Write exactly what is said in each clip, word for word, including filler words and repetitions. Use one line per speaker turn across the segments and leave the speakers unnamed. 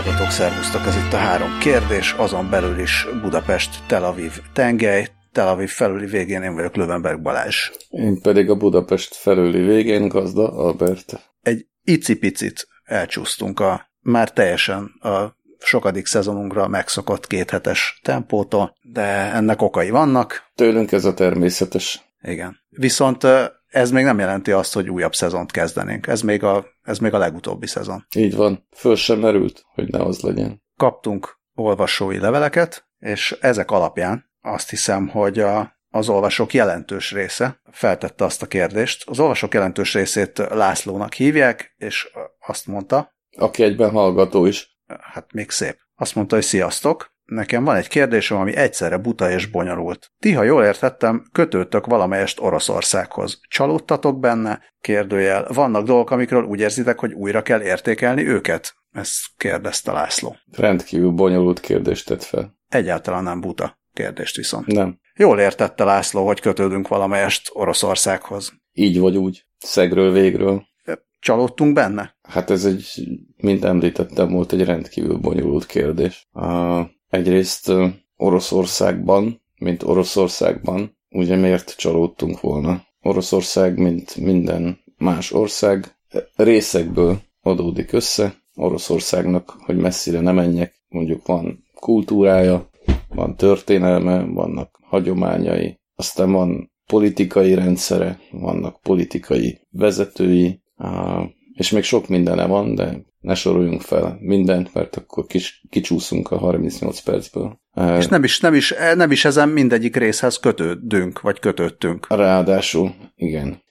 hallgatók, szervusztok! Ez itt a három kérdés, azon belül is Budapest, Tel Aviv tengely, Tel Aviv felüli végén én vagyok, Löwenberg Balázs.
Én pedig a Budapest felüli végén, Gazda Albert.
Egy icipicit elcsúsztunk a már teljesen a sokadik szezonunkra megszokott kéthetes tempótól, de ennek okai vannak.
Tőlünk ez a természetes.
Igen. Viszont ez még nem jelenti azt, hogy újabb szezont kezdenénk. Ez még a, ez még a legutóbbi szezon.
Így van. Föl sem merült, hogy ne az legyen.
Kaptunk olvasói leveleket, és ezek alapján azt hiszem, hogy a, az olvasók jelentős része feltette azt a kérdést. Az olvasók jelentős részét Lászlónak hívják, és azt mondta...
Aki egyben hallgató is.
Hát még szép. Azt mondta, hogy sziasztok, nekem van egy kérdésem, ami egyszerre buta és bonyolult. Ti, ha jól értettem, kötődtök valamelyest Oroszországhoz. Csalódtatok benne? Kérdőjel. Vannak dolgok, amikről úgy érzitek, hogy újra kell értékelni őket? Ezt kérdezte László.
Rendkívül bonyolult kérdést tett fel.
Egyáltalán nem buta kérdést viszont.
Nem.
Jól értette László, hogy kötődünk valamelyest Oroszországhoz.
Így vagy úgy. Szegről végről.
Csalódtunk benne?
Hát ez egy, mint említettem, volt egy rendkívül bonyolult kérdés. Uh, egyrészt uh, Oroszországban, mint Oroszországban, ugye miért csalódtunk volna? Oroszország, mint minden más ország, részekből adódik össze. Oroszországnak, hogy messzire ne menjek, mondjuk van kultúrája, van történelme, vannak hagyományai, aztán van politikai rendszere, vannak politikai vezetői, és még sok mindene van, de ne soroljunk fel mindent, mert akkor kis, kicsúszunk a harmincnyolc percből.
És nem is, nem, is, nem is ezen mindegyik részhez kötődünk, vagy kötődtünk.
Ráadásul, igen.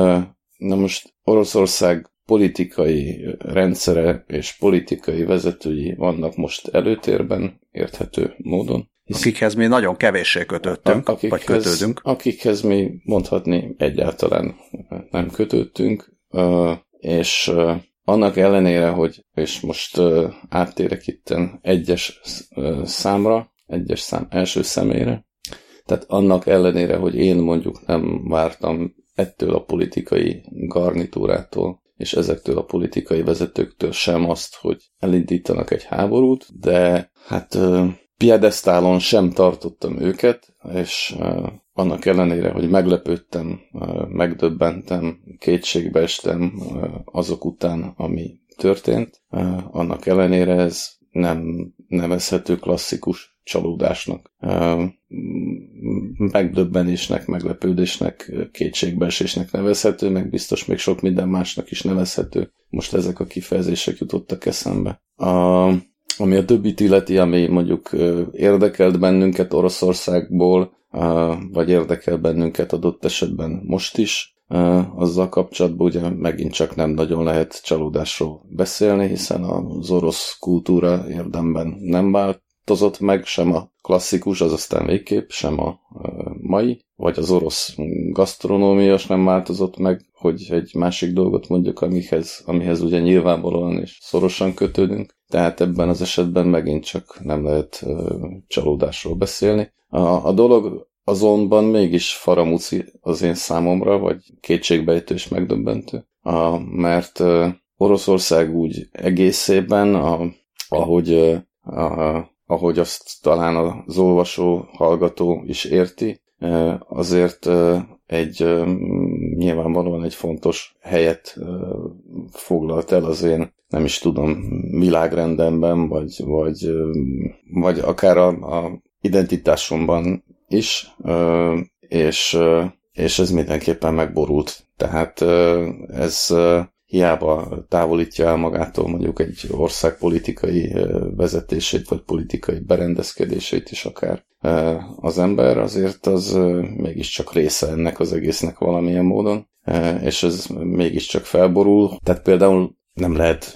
Na most Oroszország politikai rendszere és politikai vezetői vannak most előtérben, érthető módon.
Hisz... Akikhez mi nagyon kevéssé kötöttünk, a, akikhez, vagy kötődünk.
Akikhez mi mondhatni egyáltalán nem kötődtünk, uh, és uh, annak ellenére, hogy, és most uh, áttérek itten egyes uh, számra, egyes szám első személyre, tehát annak ellenére, hogy én mondjuk nem vártam ettől a politikai garnitúrától, és ezektől a politikai vezetőktől sem azt, hogy elindítanak egy háborút, de hát uh, piedesztálon sem tartottam őket, és uh, annak ellenére, hogy meglepődtem, uh, megdöbbentem, kétségbe estem uh, azok után, ami történt, uh, annak ellenére ez nem nevezhető klasszikus csalódásnak. Uh, megdöbbenésnek, meglepődésnek, kétségbeesésnek nevezhető, meg biztos még sok minden másnak is nevezhető. Most ezek a kifejezések jutottak eszembe. Uh, ami a többit illeti, ami mondjuk uh, érdekelt bennünket Oroszországból, uh, vagy érdekel bennünket adott esetben most is, uh, azzal kapcsolatban ugye megint csak nem nagyon lehet csalódásról beszélni, hiszen az orosz kultúra érdemben nem változott meg, sem a klasszikus, az aztán végképp, sem a uh, mai, vagy az orosz gasztronómia nem változott meg, hogy egy másik dolgot mondjuk, amihez, amihez ugye nyilvánvalóan és szorosan kötődünk. Tehát ebben az esetben megint csak nem lehet uh, csalódásról beszélni. A, a dolog azonban mégis faramúci az én számomra, vagy kétségbejtő és megdöbbentő, a, mert uh, Oroszország úgy egészében, a, ahogy, uh, a, ahogy azt talán az olvasó, hallgató is érti, uh, azért uh, egy uh, nyilvánvalóan egy fontos helyet uh, foglalt el az én, nem is tudom, világrendemben, vagy, vagy, vagy akár a, a identitásomban is, és, és ez mindenképpen megborult. Tehát ez hiába távolítja el magától mondjuk egy ország politikai vezetését, vagy politikai berendezkedését is akár az ember, azért az mégiscsak része ennek az egésznek valamilyen módon, és ez mégiscsak felborul. Tehát például nem lehet,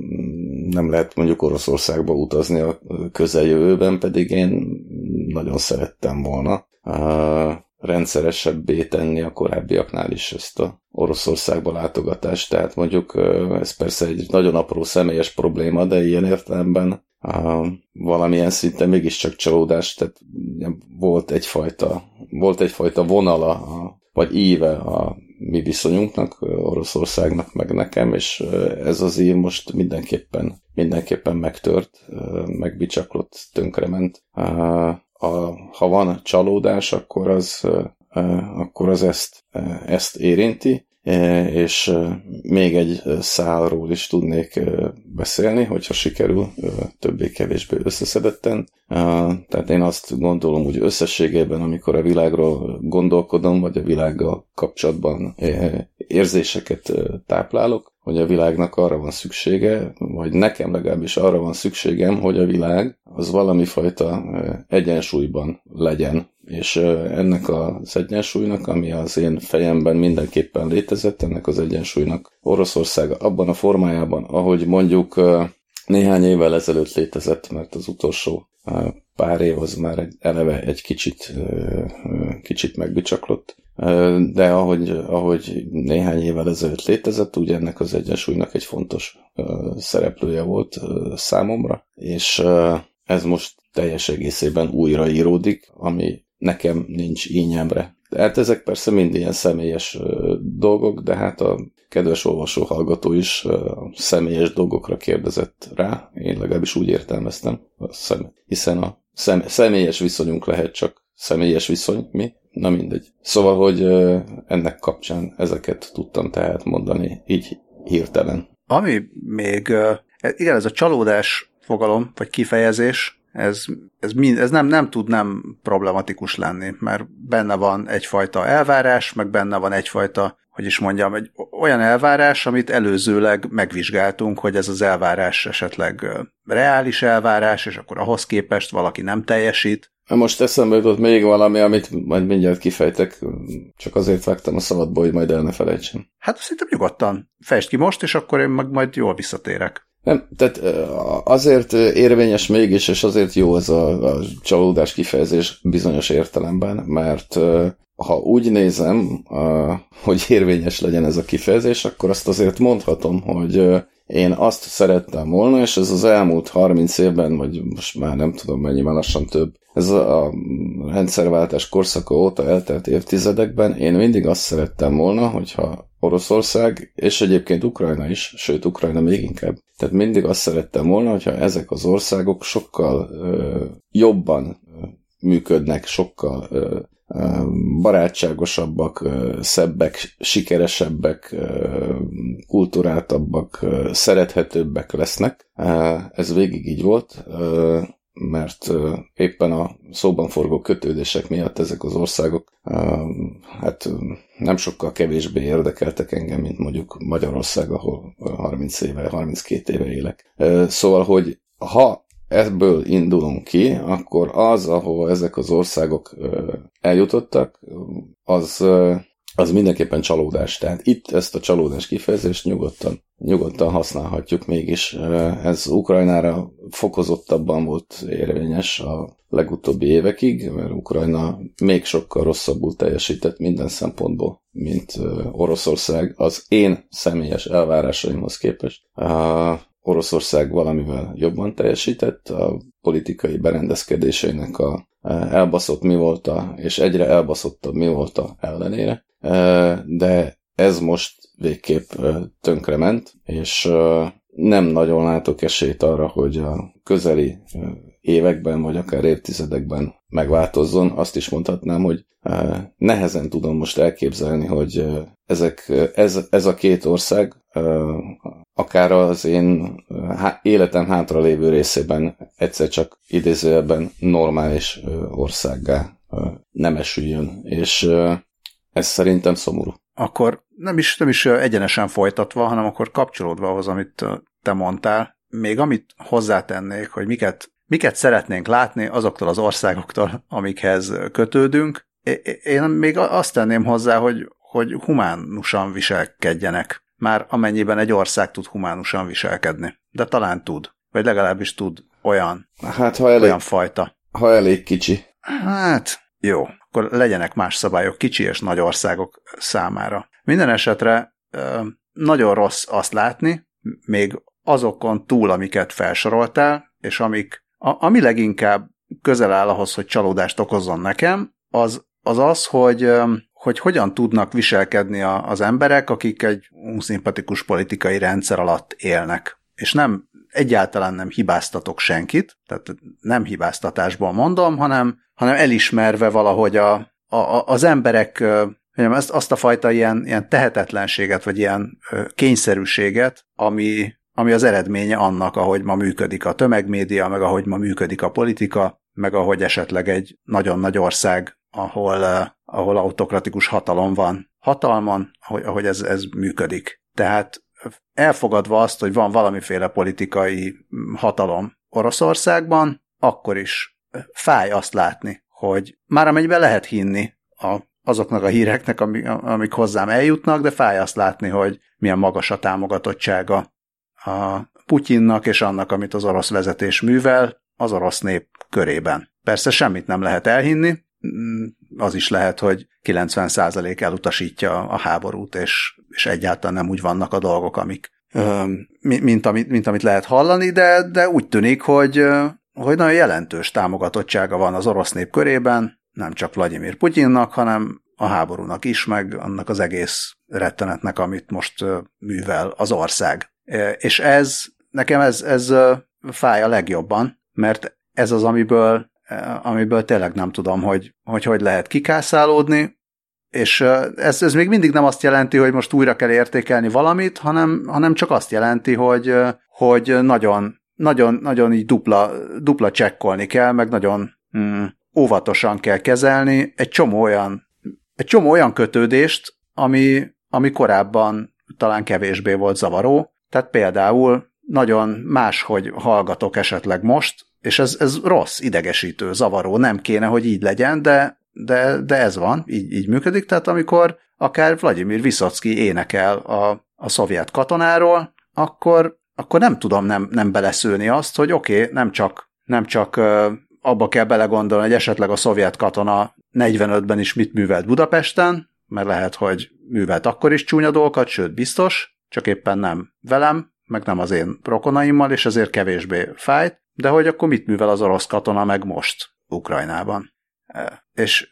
nem lehet mondjuk Oroszországba utazni a közeljövőben, pedig én nagyon szerettem volna uh, rendszeresebbé tenni a korábbiaknál is ezt a Oroszországba látogatást. Tehát mondjuk uh, ez persze egy nagyon apró személyes probléma, de ilyen értelemben uh, valamilyen szinten mégiscsak csalódás, tehát volt egyfajta, volt egyfajta vonala, a, vagy íve a mi viszonyunknak, Oroszországnak, meg nekem, és ez az év most mindenképpen, mindenképpen megtört, megbicsaklott, tönkrement. A, ha van csalódás, akkor az, akkor az ezt, ezt érinti, és még egy szálról is tudnék beszélni, hogyha sikerül többé-kevésbé összeszedetten. Tehát én azt gondolom, hogy összességében, amikor a világról gondolkodom, vagy a világgal kapcsolatban érzéseket táplálok, hogy a világnak arra van szüksége, vagy nekem legalábbis arra van szükségem, hogy a világ az valami fajta egyensúlyban legyen. És ennek az egyensúlynak, ami az én fejemben mindenképpen létezett, ennek az egyensúlynak Oroszország abban a formájában, ahogy mondjuk néhány évvel ezelőtt létezett, mert az utolsó pár év az már eleve egy kicsit, kicsit megbicsaklott, de ahogy, ahogy néhány évvel ezelőtt létezett, úgy ennek az egyensúlynak egy fontos szereplője volt számomra, és ez most teljes egészében újraíródik, ami nekem nincs ínyemre. Tehát ezek persze mind ilyen személyes dolgok, de hát a kedves olvasó-hallgató is személyes dolgokra kérdezett rá, én legalábbis úgy értelmeztem, hiszen a személyes viszonyunk lehet csak személyes viszony, mi? Na mindegy. Szóval, hogy ennek kapcsán ezeket tudtam tehát mondani, így hirtelen.
Ami még, igen, ez a csalódás fogalom, vagy kifejezés, ez, ez, mind, ez nem, nem tud nem problematikus lenni, mert benne van egyfajta elvárás, meg benne van egyfajta, hogy is mondjam, egy olyan elvárás, amit előzőleg megvizsgáltunk, hogy ez az elvárás esetleg reális elvárás, és akkor ahhoz képest valaki nem teljesít.
Most eszembe jutott még valami, amit majd mindjárt kifejtek, csak azért vágtam a szabadba, hogy majd el ne felejtsem.
Hát szerintem nyugodtan fejtsd ki most, és akkor én meg majd jól visszatérek.
Nem, tehát azért érvényes mégis, és azért jó ez a, a csalódás kifejezés bizonyos értelemben, mert ha úgy nézem, hogy érvényes legyen ez a kifejezés, akkor azt azért mondhatom, hogy én azt szerettem volna, és ez az elmúlt harminc évben, vagy most már nem tudom mennyi, már lassan több, ez a rendszerváltás korszaka óta eltelt évtizedekben, én mindig azt szerettem volna, hogyha Oroszország, és egyébként Ukrajna is, sőt Ukrajna még inkább, tehát mindig azt szerettem volna, hogyha ezek az országok sokkal ö, jobban ö, működnek, sokkal ö, barátságosabbak, szebbek, sikeresebbek, kulturáltabbak, szerethetőbbek lesznek. Ez végig így volt, mert éppen a szóban forgó kötődések miatt ezek az országok hát nem sokkal kevésbé érdekeltek engem, mint mondjuk Magyarország, ahol harminc éve, harminckét éve élek. Szóval, hogy ha ebből indulunk ki, akkor az, ahol ezek az országok eljutottak, az, az mindenképpen csalódás. Tehát itt ezt a csalódás kifejezést nyugodtan, nyugodtan használhatjuk mégis. Ez Ukrajnára fokozottabban volt érvényes a legutóbbi évekig, mert Ukrajna még sokkal rosszabbul teljesített minden szempontból, mint Oroszország az én személyes elvárásaimhoz képest. Oroszország valamivel jobban teljesített, a politikai berendezkedéseinek a elbaszott mi volt, és egyre elbaszottabb mi volt ellenére, de ez most végképp tönkrement, és nem nagyon látok esélyt arra, hogy a közeli években, vagy akár évtizedekben megváltozzon. Azt is mondhatnám, hogy nehezen tudom most elképzelni, hogy ezek, ez, ez a két ország akár az én életem hátralévő részében egyszer csak idézőjelben normális országgá nemesüljön, és ez szerintem szomorú.
Akkor nem is, nem is egyenesen folytatva, hanem akkor kapcsolódva ahhoz, amit te mondtál, még amit hozzátennék, hogy miket, miket szeretnénk látni azoktól az országoktól, amikhez kötődünk. Én még azt tenném hozzá, hogy, hogy humánusan viselkedjenek. Már amennyiben egy ország tud humánusan viselkedni. De talán tud. Vagy legalábbis tud olyan,
hát, ha elég,
olyan fajta.
Ha elég kicsi.
Hát, jó. Akkor legyenek más szabályok kicsi és nagy országok számára. Minden esetre nagyon rossz azt látni, még azokon túl, amiket felsoroltál, és amik, a, ami leginkább közel áll ahhoz, hogy csalódást okozzon nekem, az az, az hogy, hogy hogyan tudnak viselkedni a, az emberek, akik egy unszimpatikus politikai rendszer alatt élnek. És nem, egyáltalán nem hibáztatok senkit, tehát nem hibáztatásból mondom, hanem, hanem elismerve valahogy a, a, az emberek azt, azt a fajta ilyen, ilyen tehetetlenséget, vagy ilyen kényszerűséget, ami, ami az eredménye annak, ahogy ma működik a tömegmédia, meg ahogy ma működik a politika, meg ahogy esetleg egy nagyon nagy ország, ahol, ahol autokratikus hatalom van hatalman, ahogy, ahogy ez, ez működik. Tehát elfogadva azt, hogy van valamiféle politikai hatalom Oroszországban, akkor is fáj azt látni, hogy már amennyiben lehet hinni a, azoknak a híreknek, amik, amik hozzám eljutnak, de fáj azt látni, hogy milyen magas a támogatottsága a Putyinnak és annak, amit az orosz vezetés művel az orosz nép körében. Persze semmit nem lehet elhinni, az is lehet, hogy kilencven százalék elutasítja a háborút, és, és egyáltalán nem úgy vannak a dolgok, amik, mint, amit, mint amit lehet hallani, de, de úgy tűnik, hogy, hogy nagyon jelentős támogatottsága van az orosz nép körében, nem csak Vladimir Putyinnak, hanem a háborúnak is, meg annak az egész rettenetnek, amit most művel az ország. És ez, nekem ez, ez fáj a legjobban, mert ez az, amiből, amiből tényleg nem tudom, hogy, hogy hogy lehet kikászálódni, és ez, ez még mindig nem azt jelenti, hogy most újra kell értékelni valamit, hanem, hanem csak azt jelenti, hogy, hogy nagyon, nagyon, nagyon így dupla, dupla csekkolni kell, meg nagyon mm, óvatosan kell kezelni egy csomó olyan, egy csomó olyan kötődést, ami, ami korábban talán kevésbé volt zavaró. Tehát például nagyon máshogy hallgatok esetleg most, és ez, ez rossz, idegesítő, zavaró, nem kéne, hogy így legyen, de, de, de ez van, így, így működik. Tehát amikor akár Vladimir Viszocki énekel a, a szovjet katonáról, akkor, akkor nem tudom nem, nem beleszülni azt, hogy oké, okay, nem csak, nem csak uh, abba kell belegondolni, hogy esetleg a szovjet katona negyvenötben is mit művelt Budapesten, mert lehet, hogy művelt akkor is csúnya dolgokat, sőt biztos, csak éppen nem velem, meg nem az én rokonaimmal, és ezért kevésbé fájt, de hogy akkor mit művel az orosz katona meg most Ukrajnában. És,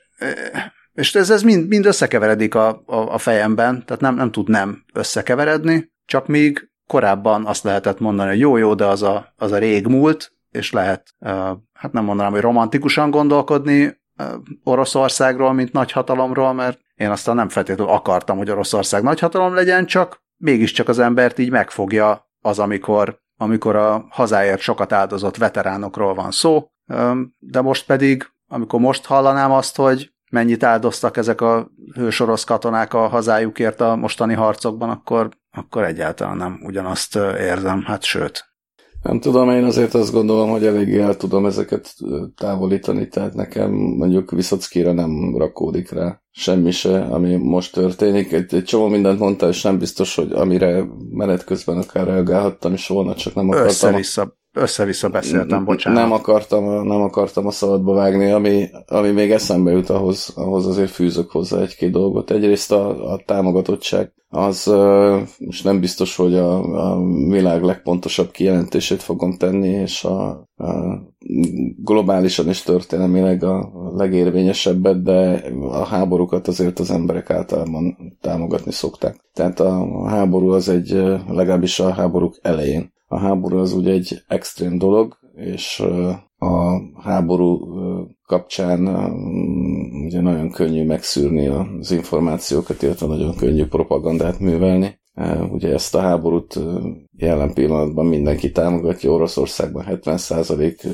és ez, ez mind, mind összekeveredik a, a, a fejemben, tehát nem, nem tud nem összekeveredni, csak még korábban azt lehetett mondani, hogy jó-jó, de az a, az a rég múlt, és lehet, hát nem mondanám, hogy romantikusan gondolkodni Oroszországról, mint nagyhatalomról, mert én aztán nem feltétlenül akartam, hogy Oroszország nagyhatalom legyen, csak mégiscsak az embert így megfogja az, amikor, amikor a hazáért sokat áldozott veteránokról van szó, de most pedig, amikor most hallanám azt, hogy mennyit áldoztak ezek a hős orosz katonák a hazájukért a mostani harcokban, akkor, akkor egyáltalán nem ugyanazt érzem, hát sőt.
Nem tudom, én azért azt gondolom, hogy eléggé el tudom ezeket távolítani, tehát nekem mondjuk Viszockira nem rakódik rá semmi se, ami most történik. Egy, egy csomó mindent mondtál, és nem biztos, hogy amire menet közben akár reagálhattam is volna, csak nem akartam.
Össze-vissza, össze-vissza beszéltem, bocsánat.
Nem akartam, nem akartam a szabadba vágni, ami, ami még eszembe jut, ahhoz, ahhoz azért fűzök hozzá egy-két dolgot. Egyrészt a, a támogatottság, az most nem biztos, hogy a, a világ legpontosabb kijelentését fogom tenni, és a, a globálisan és történelmileg a legérvényesebbet, de a háborúkat azért az emberek általában támogatni szokták. Tehát a háború az egy, legalábbis a háborúk elején, a háború az ugye egy extrém dolog, és a háború kapcsán ugye nagyon könnyű megszűrni az információkat, illetve nagyon könnyű propagandát művelni. Ugye ezt a háborút jelen pillanatban mindenki támogatja, Oroszországban hetven százalék,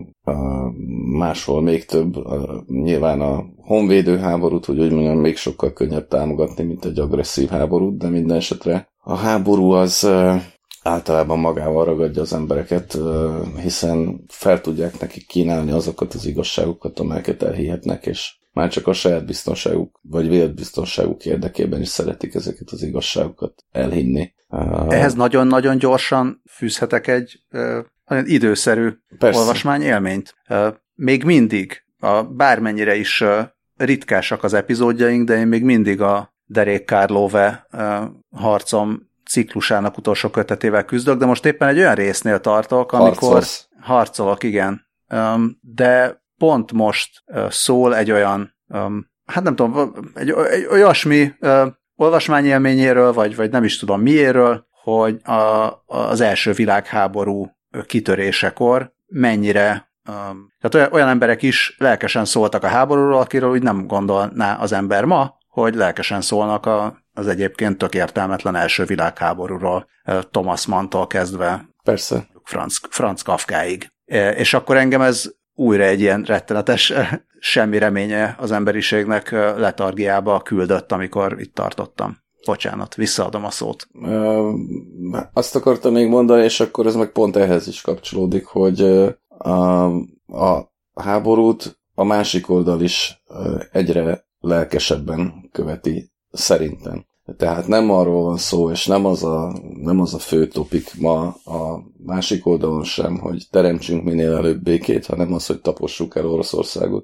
máshol még több. Nyilván a honvédő háborút, hogy úgy mondjam, még sokkal könnyebb támogatni, mint egy agresszív háborút, de minden esetre a háború az általában magával ragadja az embereket, hiszen fel tudják nekik kínálni azokat az igazságokat, amelyeket elhihetnek, és már csak a saját biztonságuk, vagy vélt biztonságuk érdekében is szeretik ezeket az igazságokat elhinni.
Ehhez nagyon-nagyon gyorsan fűzhetek egy nagyon időszerű Persze. olvasmányélményt. Még mindig, a, bármennyire is ritkásak az epizódjaink, de én még mindig a Derek Karlove harcom ciklusának utolsó kötetével küzdök, de most éppen egy olyan résznél tartok, amikor Harcolsz. harcolok, igen. De pont most szól egy olyan hát nem tudom, egy, egy olyasmi ö, olvasmányélményéről, vagy, vagy nem is tudom miéről, hogy a, az első világháború kitörésekor mennyire, ö, tehát olyan, olyan emberek is lelkesen szóltak a háborúról, akiről úgy nem gondolná az ember ma, hogy lelkesen szólnak a, az egyébként tök értelmetlen első világháborúról, Thomas Mann-tól kezdve
Persze.
Franz, Franz Kafkáig. És akkor engem ez újra egy ilyen rettenetes semmi reménye az emberiségnek letargiába küldött, amikor itt tartottam. Bocsánat, visszaadom a szót.
Ö, azt akartam még mondani, és akkor ez meg pont ehhez is kapcsolódik, hogy a, a háborút a másik oldal is egyre lelkesebben követi, szerintem. Tehát nem arról van szó, és nem az a, nem az a fő topik ma a másik oldalon sem, hogy teremtsünk minél előbb békét, hanem az, hogy tapossuk el Oroszországot,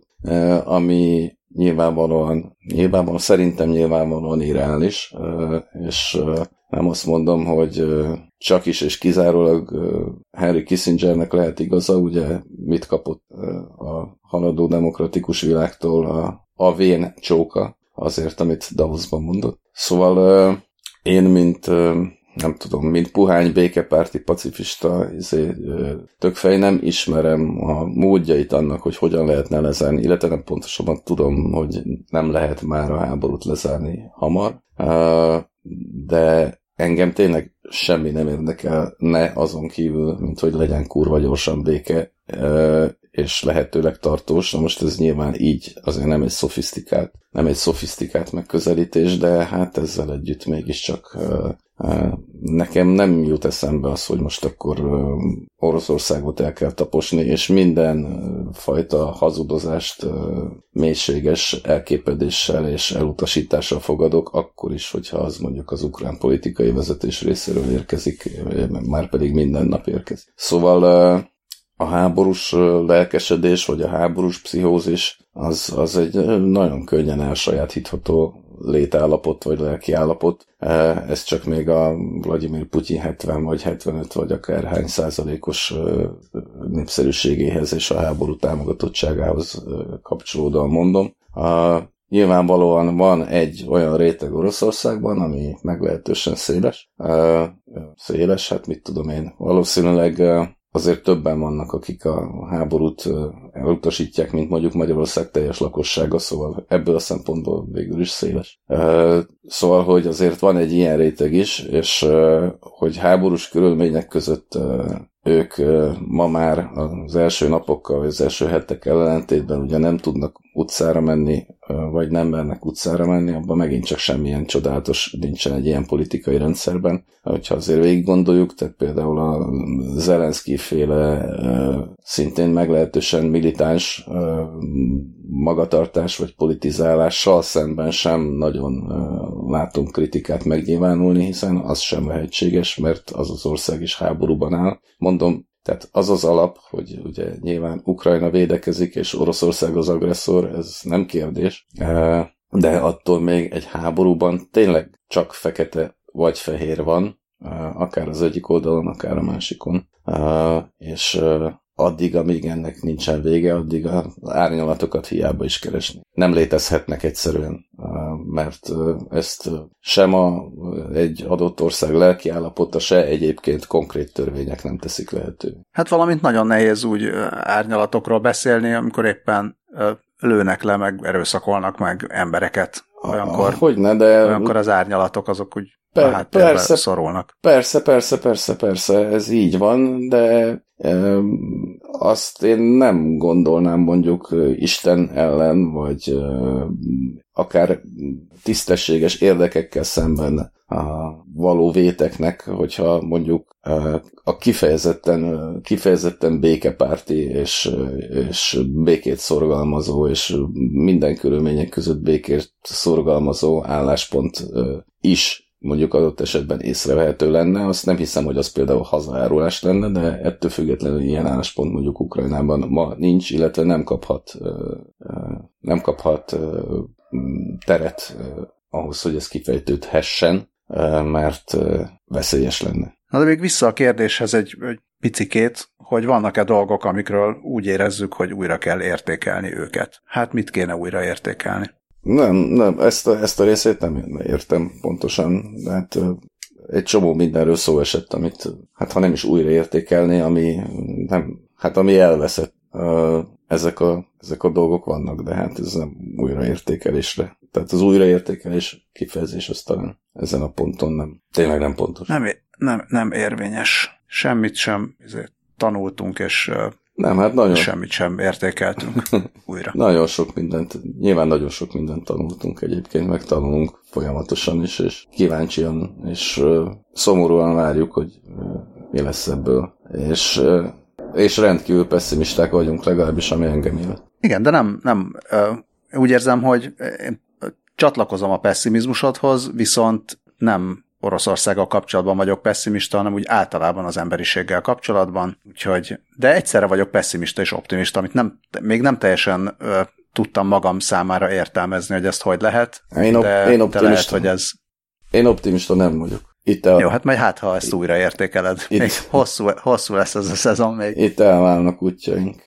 ami nyilvánvalóan, nyilvánvalóan szerintem nyilvánvalóan irreális, és nem azt mondom, hogy csak is és kizárólag Henry Kissingernek lehet igaza, ugye mit kapott a haladó demokratikus világtól a, a vén csóka, azért, amit Davosban mondott. Szóval uh, én, mint uh, nem tudom, mint puhány békepárti pacifista izé, uh, tökfej nem ismerem a módjait annak, hogy hogyan lehetne lezárni, illetve nem pontosabban tudom, hogy nem lehet már a háborút lezárni hamar, uh, de engem tényleg semmi nem érdekel, ne azon kívül, mint hogy legyen kurva gyorsan béke, uh, és lehetőleg tartós. Na most ez nyilván így azért nem egy szofisztikált, nem egy szofisztikált megközelítés, de hát ezzel együtt mégiscsak uh, uh, nekem nem jut eszembe az, hogy most akkor uh, Oroszországot el kell taposni, és minden uh, fajta hazudozást uh, mélységes elképedéssel és elutasítással fogadok, akkor is, hogyha az mondjuk az ukrán politikai vezetés részéről érkezik, már pedig minden nap érkezik. Szóval uh, a háborús lelkesedés, vagy a háborús pszichózis, az, az egy nagyon könnyen elsajátítható létállapot, vagy lelkiállapot. Ez csak még a Vladimir Putyin hetven, vagy hetvenöt, vagy akár hány százalékos népszerűségéhez és a háború támogatottságához kapcsolódóan mondom. A, nyilvánvalóan van egy olyan réteg Oroszországban, ami meglehetősen széles. Széles, hát mit tudom én, valószínűleg azért többen vannak, akik a háborút elutasítják, mint mondjuk Magyarország teljes lakossága, szóval ebből a szempontból végül is széles. Szóval, hogy azért van egy ilyen réteg is, és hogy háborús körülmények között ők ma már az első napokkal, vagy az első hetekkel ellentétben ugye nem tudnak utcára menni, vagy nem mernek utcára menni, abban megint csak semmilyen csodálatos nincsen egy ilyen politikai rendszerben. Hogyha azért végig gondoljuk, tehát például a Zelenszky féle szintén meglehetősen militáns magatartás vagy politizálással szemben sem nagyon látunk kritikát megnyilvánulni, hiszen az sem lehetséges, mert az az ország is háborúban áll. Mondom, tehát az az alap, hogy ugye nyilván Ukrajna védekezik, és Oroszország az agresszor, ez nem kérdés, de attól még egy háborúban tényleg csak fekete vagy fehér van, akár az egyik oldalon, akár a másikon, és addig, amíg ennek nincsen vége, addig az árnyalatokat hiába is keresni. Nem létezhetnek egyszerűen, mert ezt sem a, egy adott ország lelkiállapota, se egyébként konkrét törvények nem teszik lehetővé.
Hát valamint nagyon nehéz úgy árnyalatokról beszélni, amikor éppen lőnek le, meg erőszakolnak meg embereket. Olyankor,
Hogyne, de...
olyankor az árnyalatok azok úgy
per,
a háttérbe
persze,
szorulnak.
Persze, persze, persze, persze, ez így van, de e, azt én nem gondolnám mondjuk Isten ellen, vagy e, akár tisztességes érdekekkel szemben a való véteknek, hogyha mondjuk a kifejezetten, kifejezetten békepárti és, és békét szorgalmazó és minden körülmények között békét szorgalmazó álláspont is mondjuk adott esetben észrevehető lenne. Azt nem hiszem, hogy az például hazaárulás lenne, de ettől függetlenül ilyen álláspont mondjuk Ukrajnában ma nincs, illetve nem kaphat, nem kaphat teret ahhoz, hogy ez kifejtődhessen, mert veszélyes lenne.
Na de még vissza a kérdéshez egy, egy picikét, hogy vannak-e dolgok, amikről úgy érezzük, hogy újra kell értékelni őket. Hát mit kéne újra értékelni?
Nem, nem, ezt a, ezt a részét nem értem pontosan, de hát egy csomó mindenről szó esett, amit, hát ha nem is újraértékelni, ami nem, hát ami elveszett. Ezek a, ezek a dolgok vannak, de hát ez nem újraértékelésre. Tehát az újraértékelés kifejezés az talán ezen a ponton nem, tényleg nem pontos.
Nem, nem, nem érvényes. Semmit sem ezért tanultunk, és
nem, hát nagyon...
semmit sem értékeltünk újra.
Nagyon sok mindent, nyilván nagyon sok mindent tanultunk egyébként, meg tanulunk folyamatosan is, és kíváncsian, és uh, szomorúan várjuk, hogy uh, mi lesz ebből. És, uh, és rendkívül pessimisták vagyunk, legalábbis ami engem illet.
Igen, de nem, nem uh, úgy érzem, hogy én csatlakozom a pessimizmusodhoz, viszont nem Oroszországgal kapcsolatban vagyok pessimista, hanem úgy általában az emberiséggel kapcsolatban. Úgyhogy, de egyszerre vagyok pessimista és optimista, amit nem, még nem teljesen ö, tudtam magam számára értelmezni, hogy ezt hogy lehet.
Én, op-
de,
én optimista.
De lehet, hogy ez...
Én optimista nem vagyok. Itt el...
Jó, hát majd hát, ha ezt újra értékeled. Itt... Még hosszú, hosszú lesz ez a szezon még.
Itt elválnak útjaink.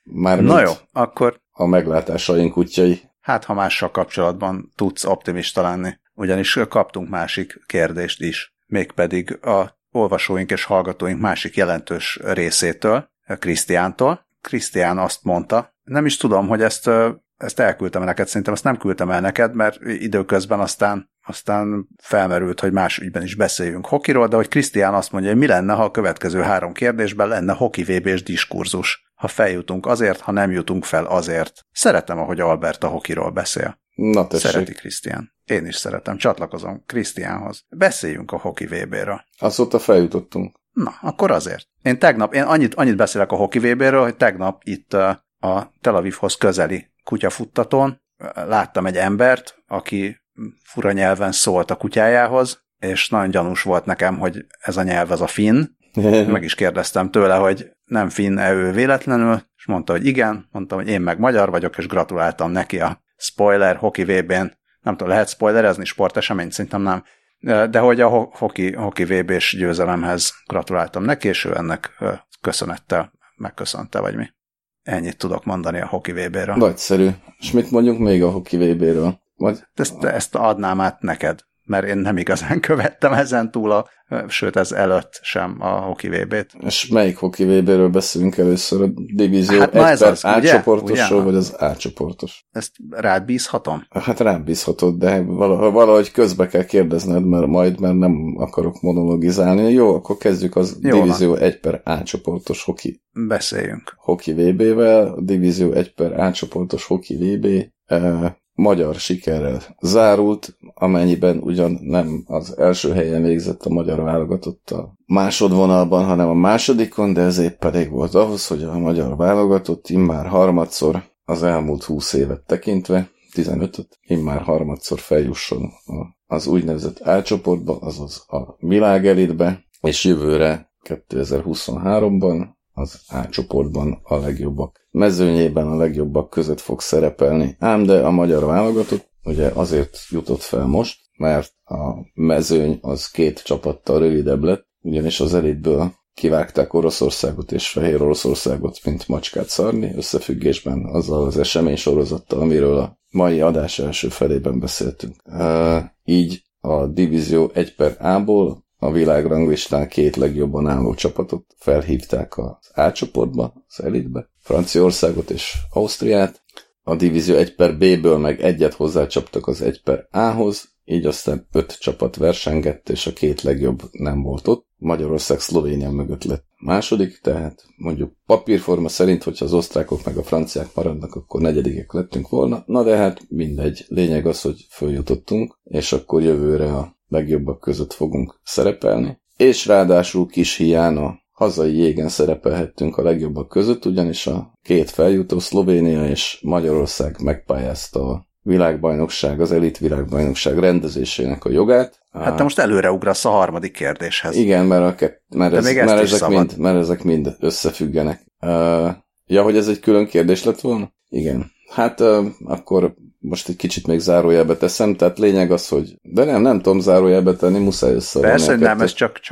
Na jó, akkor...
A meglátásaink útjai.
Hát, ha mással kapcsolatban tudsz optimista lenni. Ugyanis kaptunk másik kérdést is, mégpedig a olvasóink és hallgatóink másik jelentős részétől, Krisztiántól. Krisztián azt mondta, nem is tudom, hogy ezt, ezt elküldtem neked, szerintem ezt nem küldtem el neked, mert időközben aztán, aztán felmerült, hogy más ügyben is beszéljünk hokiról, de hogy Krisztián azt mondja, hogy mi lenne, ha a következő három kérdésben lenne hoki vé bés diskurzus. Ha feljutunk azért, ha nem jutunk fel azért. Szeretem, ahogy Albert a hokiról beszél.
Na, tessék.
Szereti Krisztián. Én is szeretem, csatlakozom Krisztiánhoz. Beszéljünk a hoki vé béről.
Azóta feljutottunk.
Na, akkor azért. Én tegnap, én annyit, annyit beszélek a hoki vé béről, hogy tegnap itt a Tel Avivhoz közeli kutyafuttatón láttam egy embert, aki fura nyelven szólt a kutyájához, és nagyon gyanús volt nekem, hogy ez a nyelv az a finn. Meg is kérdeztem tőle, hogy nem finn-e ő véletlenül, és mondta, hogy igen, mondtam, hogy én meg magyar vagyok, és gratuláltam neki a spoiler hoki vé bén. Nem tudom, lehet spoilerezni sporteseményt? Szerintem nem. De hogy a hoki, hoki vé bés győzelemhez gratuláltam neki, és ő ennek köszönettel megköszönte, vagy mi. Ennyit tudok mondani a hoki vé béről.
Nagyszerű. És mit mondjuk még a hoki vé béről? Vagy...
Ezt, ezt adnám át neked, mert én nem igazán követtem ezen túl, a, sőt ez előtt sem a hoki vé bét.
És melyik hoki vé béről beszélünk először? A divízió
hát
egy per A
ugye?
csoportosról, vagy az A csoportos?
Ezt rád bízhatom?
Hát rád bízhatod, de valahogy közbe kell kérdezned, mert majd, mert nem akarok monologizálni. Jó, akkor kezdjük az Jó, divízió egy per A csoportos hoki.
Beszéljünk.
Hoki vé bével, a divízió egy per A csoportos hoki vé bé eh, magyar sikerrel zárult, amennyiben ugyan nem az első helyen végzett a magyar válogatott a másodvonalban, hanem a másodikon, de ez épp elég volt ahhoz, hogy a magyar válogatott immár harmadszor az elmúlt húsz évet tekintve, tizenötöt, immár harmadszor feljusson az úgynevezett A csoportba, azaz a világelitbe, és jövőre kétezer-huszonháromban az A csoportban a legjobbak mezőnyében a legjobbak között fog szerepelni. Ám de a magyar válogatott ugye azért jutott fel most, mert a mezőny az két csapattal rövidebb lett, ugyanis az elitből kivágták Oroszországot és Fehér Oroszországot, mint macskát szarni, összefüggésben azzal az esemény sorozattal, amiről a mai adás első felében beszéltünk. E, így a divízió egy per A-ból a világranglistán két legjobban álló csapatot felhívták az A csoportba, az elitbe, Franciaországot és Ausztriát, a divízió egy per B-ből meg egyet hozzácsaptak az egy per A-hoz, így aztán öt csapat versengett, és a két legjobb nem volt ott. Magyarország Szlovénia mögött lett második, tehát mondjuk papírforma szerint, hogyha az osztrákok meg a franciák maradnak, akkor negyedikek lettünk volna. Na de hát mindegy, lényeg az, hogy följutottunk, és akkor jövőre a legjobbak között fogunk szerepelni. És ráadásul kis hiány a hazai jégen szerepelhettünk a legjobbak között, ugyanis a két feljutó, Szlovénia és Magyarország megpályázta a világbajnokság, az elit világbajnokság rendezésének a jogát.
Hát te most előreugrasz a harmadik kérdéshez.
Igen, mert, a ke- mert, ez, mert, ezek, mind, mert ezek mind összefüggenek. Uh, ja, hogy ez egy külön kérdés lett volna? Igen. Hát uh, akkor most egy kicsit még zárójelbe teszem, tehát lényeg az, hogy de nem, nem tudom zárójelbe tenni, muszáj összevonni.
Persze, hogy nem, ez csak, csak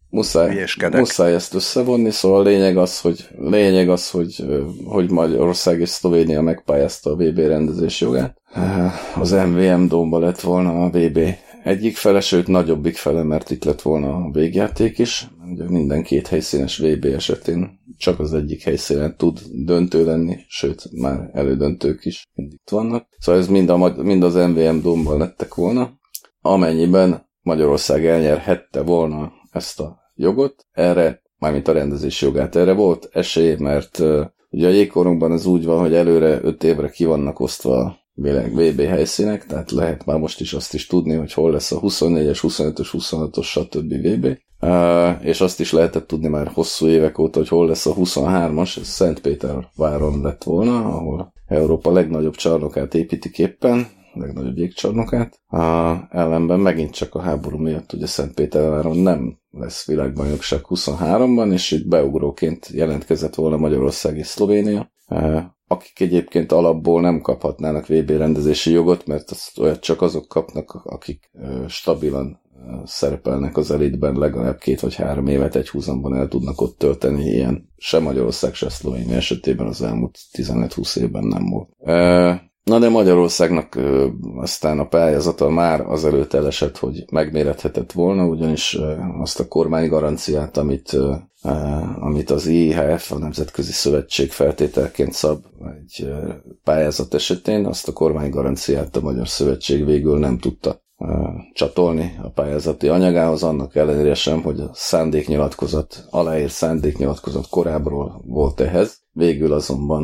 muszáj, muszáj ezt összevonni, szóval a lényeg az, hogy, lényeg az, hogy, hogy Magyarország és Szlovénia megpályázta a vé bé rendezés jogát. Az em vé em Dome-ba lett volna a vé bé egyik fele, sőt nagyobbik fele, mert itt lett volna a végjáték is. Ugye minden két helyszínes vé bé esetén csak az egyik helyszínen tud döntő lenni, sőt már elődöntők is mindig vannak. Szóval ez mind, a, mind az em vé em Dome-ban lettek volna. Amennyiben Magyarország elnyerhette volna ezt a jogot, erre, mármint a rendezési jogát, erre volt esély, mert uh, ugye a jégkorongban ez úgy van, hogy előre öt évre ki vannak osztva a vé bé helyszínek, tehát lehet már most is azt is tudni, hogy hol lesz a huszonnégyes, huszonötös, huszonhatos, stb. vé bé. Uh, és azt is lehetett tudni már hosszú évek óta, hogy hol lesz a huszonhármas, ez Szentpéterváron lett volna, ahol Európa legnagyobb csarnokát építik éppen, legnagyobb jégcsarnokát. Uh, ellenben megint csak a háború miatt ugye Szentpéterváron nem lesz világbajnokság huszonháromban, és itt beugróként jelentkezett volna Magyarország és Szlovénia, uh, akik egyébként alapból nem kaphatnának vé bé rendezési jogot, mert azt olyat csak azok kapnak, akik uh, stabilan uh, szerepelnek az elitben, legalább két vagy három évet egy húzamban el tudnak ott tölteni, ilyen se Magyarország, se Szlovénia esetében az elmúlt tizenöt-húsz évben nem volt. Uh, Na de Magyarországnak ö, aztán a pályázata már azelőtt elesett, hogy megmérethetett volna, ugyanis ö, azt a kormánygaranciát, amit, ö, ö, amit az i há ef, a Nemzetközi Szövetség feltételként szab egy ö, pályázat esetén, azt a kormánygaranciát a Magyar Szövetség végül nem tudta ö, csatolni a pályázati anyagához, annak ellenére sem, hogy a szándéknyilatkozat, aláírt szándéknyilatkozat korábbról volt ehhez. Végül azonban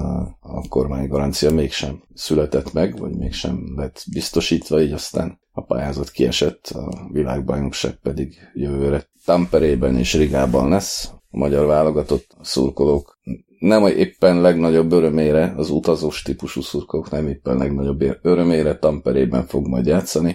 a kormánygarancia mégsem született meg, vagy mégsem lett biztosítva, így aztán a pályázat kiesett, a világbajnokság pedig jövőre Tamperében és Rigában lesz. A magyar válogatott szurkolók nem éppen legnagyobb örömére, az utazós típusú szurkolók nem éppen legnagyobb örömére Tamperében fog majd játszani.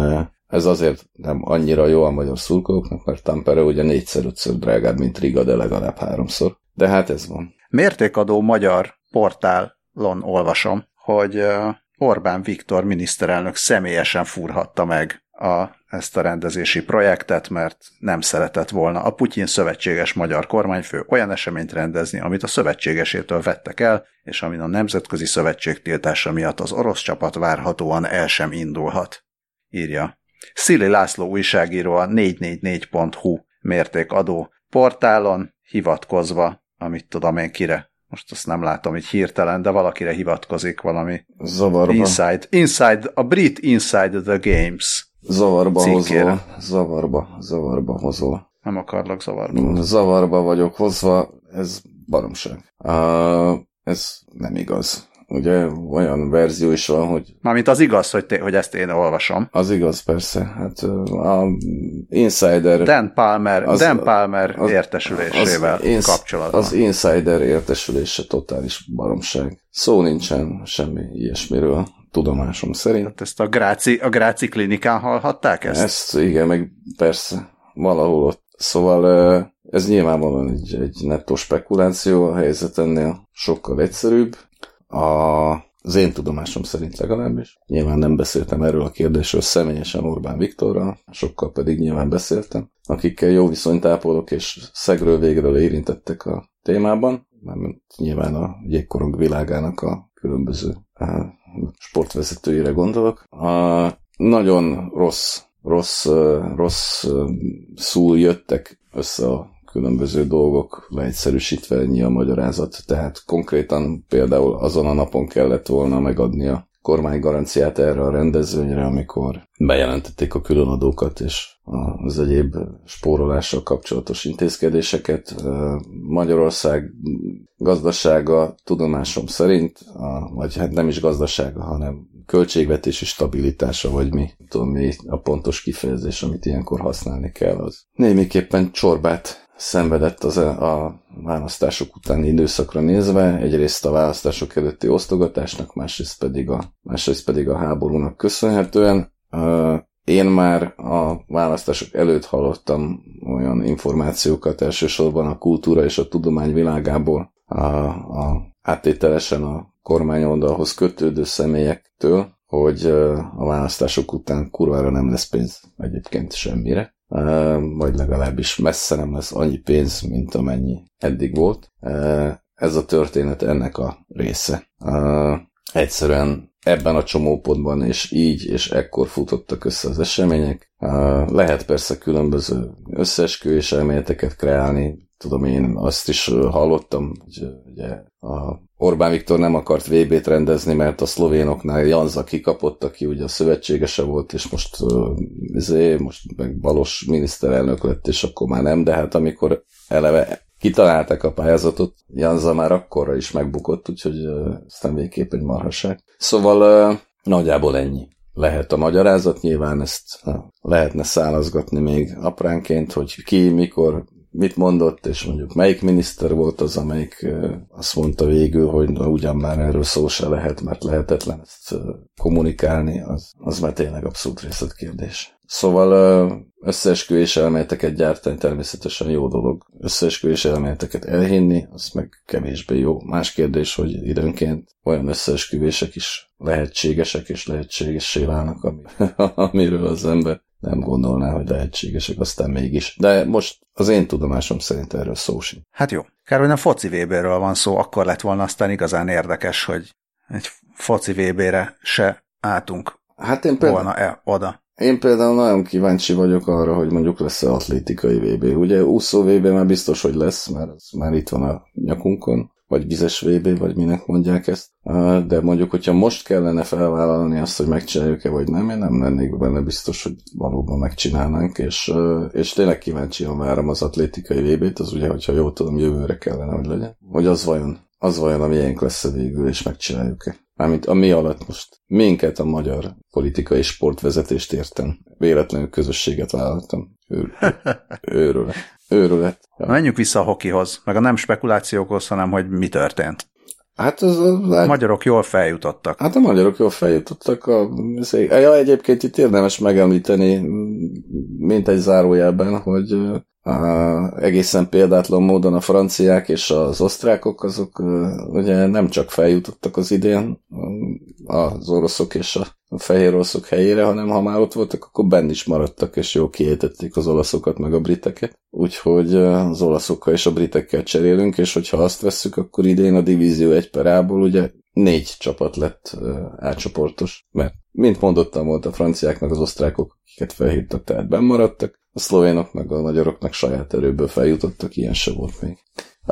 Ez azért nem annyira jó a magyar szurkolóknak, mert Tampere ugye négyszer-ötször drágább, mint Riga, de legalább háromszor. De hát ez van.
Mértékadó magyar portálon olvasom, hogy Orbán Viktor miniszterelnök személyesen fúrhatta meg a, ezt a rendezési projektet, mert nem szeretett volna a Putyin szövetséges magyar kormányfő olyan eseményt rendezni, amit a szövetségesétől vettek el, és amin a Nemzetközi Szövetség tiltása miatt az orosz csapat várhatóan el sem indulhat. Írja Szili László újságíró a négy négy négy pont hu mértékadó portálon hivatkozva, amit tudom én kire. Most azt nem látom így hirtelen, de valakire hivatkozik valami.
Zavarba.
Inside, inside, a brit Inside the Games
Zavarba hozol. Zavarba, zavarba hozol.
Nem akarlak zavarba hozni.
Zavarba vagyok hozva, ez baromság. Uh, ez nem igaz. Ugye olyan verzió is van, hogy...
Mármint az igaz, hogy, te, hogy ezt én olvasom.
Az igaz, persze. Hát a Insider...
Dan Palmer, az, Dan Palmer az, értesülésével az ins, kapcsolatban.
Az Insider értesülése totális baromság. Szó nincsen semmi ilyesmiről, tudomásom szerint. Hát
ezt a Gráci, a Gráci klinikán hallhatták ezt?
Ezt, igen, meg persze, valahol ott. Szóval ez nyilvánvalóan egy, egy nettó spekuláció, a helyzet ennél sokkal egyszerűbb. A, az én tudomásom szerint legalábbis. Nyilván nem beszéltem erről a kérdésről személyesen Orbán Viktorral, sokkal pedig nyilván beszéltem, akikkel jó viszonyt ápolok, és szegről végről érintettek a témában, mert nyilván a jégkorong világának a különböző a sportvezetőire gondolok. A, nagyon rossz, rossz, rossz szól jöttek össze a különböző dolgok, leegyszerűsítve ennyi a magyarázat. Tehát konkrétan például azon a napon kellett volna megadni a kormánygaranciát erre a rendezvényre, amikor bejelentették a különadókat és az egyéb spórolással kapcsolatos intézkedéseket. Magyarország gazdasága tudomásom szerint, vagy hát nem is gazdasága, hanem költségvetési stabilitása, vagy mi, tudom mi a pontos kifejezés, amit ilyenkor használni kell, az némiképpen csorbát szenvedett az a választások utáni időszakra nézve, egyrészt a választások előtti osztogatásnak, másrészt pedig a, másrészt pedig a háborúnak köszönhetően. Én már a választások előtt hallottam olyan információkat, elsősorban a kultúra és a tudomány világából, a, a áttételesen a kormányoldalhoz kötődő személyektől, hogy a választások után kurvára nem lesz pénz egyébként semmire. vagy legalábbis messze nem lesz annyi pénz, mint amennyi eddig volt. Ez a történet ennek a része. Egyszerűen ebben a csomópontban, és így, és ekkor futottak össze az események. Lehet persze különböző összeesküvés elméleteket kreálni. Tudom, én azt is hallottam, hogy ugye a Orbán Viktor nem akart vé bét rendezni, mert a szlovénoknál Janza kikapott, aki ugye a szövetségese volt, és most, uh, most meg Balos miniszterelnök lett, és akkor már nem, de hát amikor eleve kitalálták a pályázatot, Janza már akkorra is megbukott, úgyhogy uh, aztán végképp egy marhaság. Szóval uh, nagyjából ennyi. Lehet a magyarázat, nyilván ezt uh, lehetne szálazgatni még apránként, hogy ki, mikor, mit mondott, és mondjuk melyik miniszter volt az, amelyik uh, azt mondta végül, hogy na, ugyan már erről szó se lehet, mert lehetetlen ezt uh, kommunikálni, az, az már tényleg abszolút részletkérdés. Szóval uh, összeesküvés elméleteket gyártani természetesen jó dolog. Összeesküvés elméleteket elhinni, az meg kevésbé jó. Más kérdés, hogy időnként olyan összeesküvések is lehetségesek és lehetségessé válnak, ami, amiről az ember nem gondolná, hogy lehetségesek, aztán mégis. De most az én tudomásom szerint erről szó sincs.
Hát jó. Kár, hogy nem foci vé béről van szó, akkor lett volna aztán igazán érdekes, hogy egy foci vé bére se álltunk
hát én például,
volna -e oda.
Én például nagyon kíváncsi vagyok arra, hogy mondjuk lesz-e atlétikai vé bé. Ugye úszó vé bé már biztos, hogy lesz, mert az már itt van a nyakunkon, vagy vizes vé bé, vagy minek mondják ezt. De mondjuk, hogyha most kellene felvállalni azt, hogy megcsináljuk-e, vagy nem, én nem lennék benne biztos, hogy valóban megcsinálnánk, és, és tényleg kíváncsian várom az atlétikai vé bét, az ugye, hogyha jól tudom, jövőre kellene, hogy legyen. Hogy az vajon, az vajon a miénk lesz végül, és megcsináljuk-e. Mármint a mi alatt most minket a magyar politikai sportvezetést értem. Véletlenül közösséget vállaltam. Őrület. Őrület. Ja.
Menjünk vissza a hokihoz, meg a nem spekulációkhoz, hanem hogy mi történt.
Hát az, az,
a magyarok jól feljutottak.
Hát a magyarok jól feljutottak. A, ja, egyébként itt érdemes megemlíteni, mint egy zárójelben, hogy Uh, egészen példátlan módon a franciák és az osztrákok azok uh, ugye nem csak feljutottak az idén az oroszok és a fehér oroszok helyére, hanem ha már ott voltak, akkor benn is maradtak, és jól kiejtették az olaszokat meg a briteket. Úgyhogy uh, az olaszokkal és a britekkel cserélünk, és hogyha azt vesszük, akkor idén a divízió egy per A-ból ugye négy csapat lett uh, átcsoportos, mert mint mondottam, volt a franciák meg az osztrákok, akiket felhívtak, tehát benn maradtak. A szlovénok meg a magyaroknak saját erőből feljutottak, ilyen se volt még.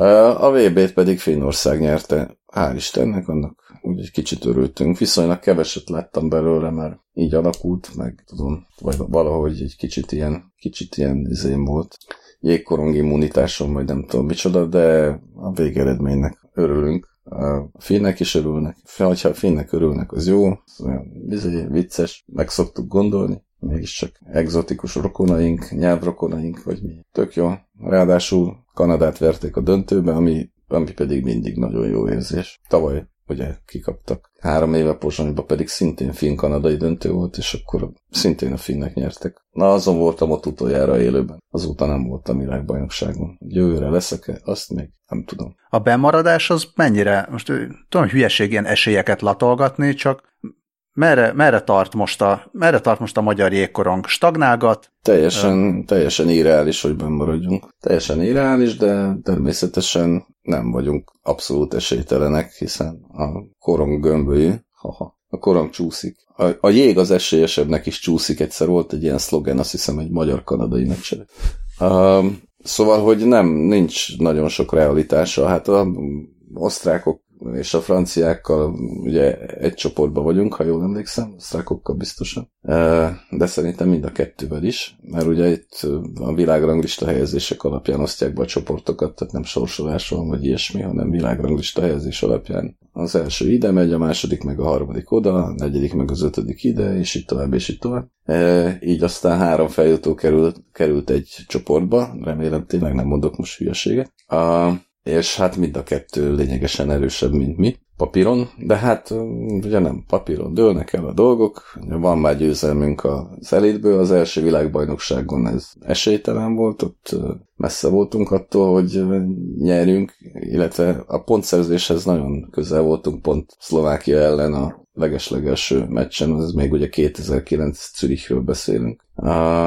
A vé bét pedig Finnország nyerte. Hál' Istennek, annak úgy egy kicsit örültünk. Viszonylag keveset láttam belőle, mert így alakult, meg tudom, vagy valahogy egy kicsit ilyen, kicsit ilyen izém volt. Jégkorong immunitásom, vagy nem tudom micsoda, de a végeredménynek örülünk. A finnek is örülnek. Ha a finnek örülnek, az jó. Az olyan bizony, vicces, meg szoktuk gondolni. Mégiscsak egzotikus rokonaink, nyelvrokonaink, vagy mi. Tök jó. Ráadásul Kanadát verték a döntőbe, ami, ami pedig mindig nagyon jó érzés. Tavaly ugye kikaptak. Három éve Pozsonyban pedig szintén finn-kanadai döntő volt, és akkor szintén a finnek nyertek. Na, azon voltam ott utoljára élőben. Azóta nem voltam világbajnokságon. Jövőre leszek-e? Azt még nem tudom.
A bemaradás az mennyire, most tudom, hogy hülyeség ilyen esélyeket latolgatni, csak Merre, merre, tart most a, merre tart most a magyar jégkorong? Stagnálgat?
Teljesen, uh, teljesen irreális, hogy benn maradjunk. Teljesen irreális, de természetesen nem vagyunk abszolút esélytelenek, hiszen a korong gömbölyű, haha, a korong csúszik. A, a jég az esélyesebbnek is csúszik, egyszer volt egy ilyen szlogen, azt hiszem egy magyar-kanadai meccsere. Uh, szóval, hogy nem, nincs nagyon sok realitása. Hát a osztrákok és a franciákkal ugye egy csoportban vagyunk, ha jól emlékszem, osztrákokkal biztosan. De szerintem mind a kettővel is, mert ugye itt a világranglista helyezések alapján osztják be a csoportokat, tehát nem sorsoláson vagy ilyesmi, hanem világranglista helyezés alapján. Az első ide megy, a második meg a harmadik oda, a negyedik meg az ötödik ide, és így tovább, és így tovább. Így aztán három feljutó került, került egy csoportba, remélem tényleg nem mondok most hülyeséget. A és hát mind a kettő lényegesen erősebb, mint mi, papíron, de hát ugye nem papíron dőlnek el a dolgok, van már győzelmünk az elitből, az első világbajnokságon ez esélytelen volt, ott messze voltunk attól, hogy nyerjünk, illetve a pontszerzéshez nagyon közel voltunk, pont Szlovákia ellen a legeslegelső meccsen, ez még ugye kétezer-kilenc Zürichről beszélünk.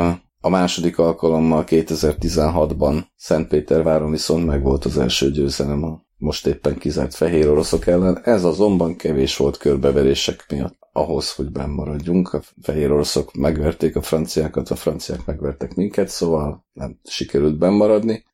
a második alkalommal kétezer-tizenhatban Szentpéterváron viszont megvolt az első győzelem a most éppen kizárt fehér oroszok ellen. Ez azonban kevés volt körbeverések miatt ahhoz, hogy benn maradjunk. A fehér oroszok megverték a franciákat, a franciák megvertek minket, szóval nem sikerült benn maradni.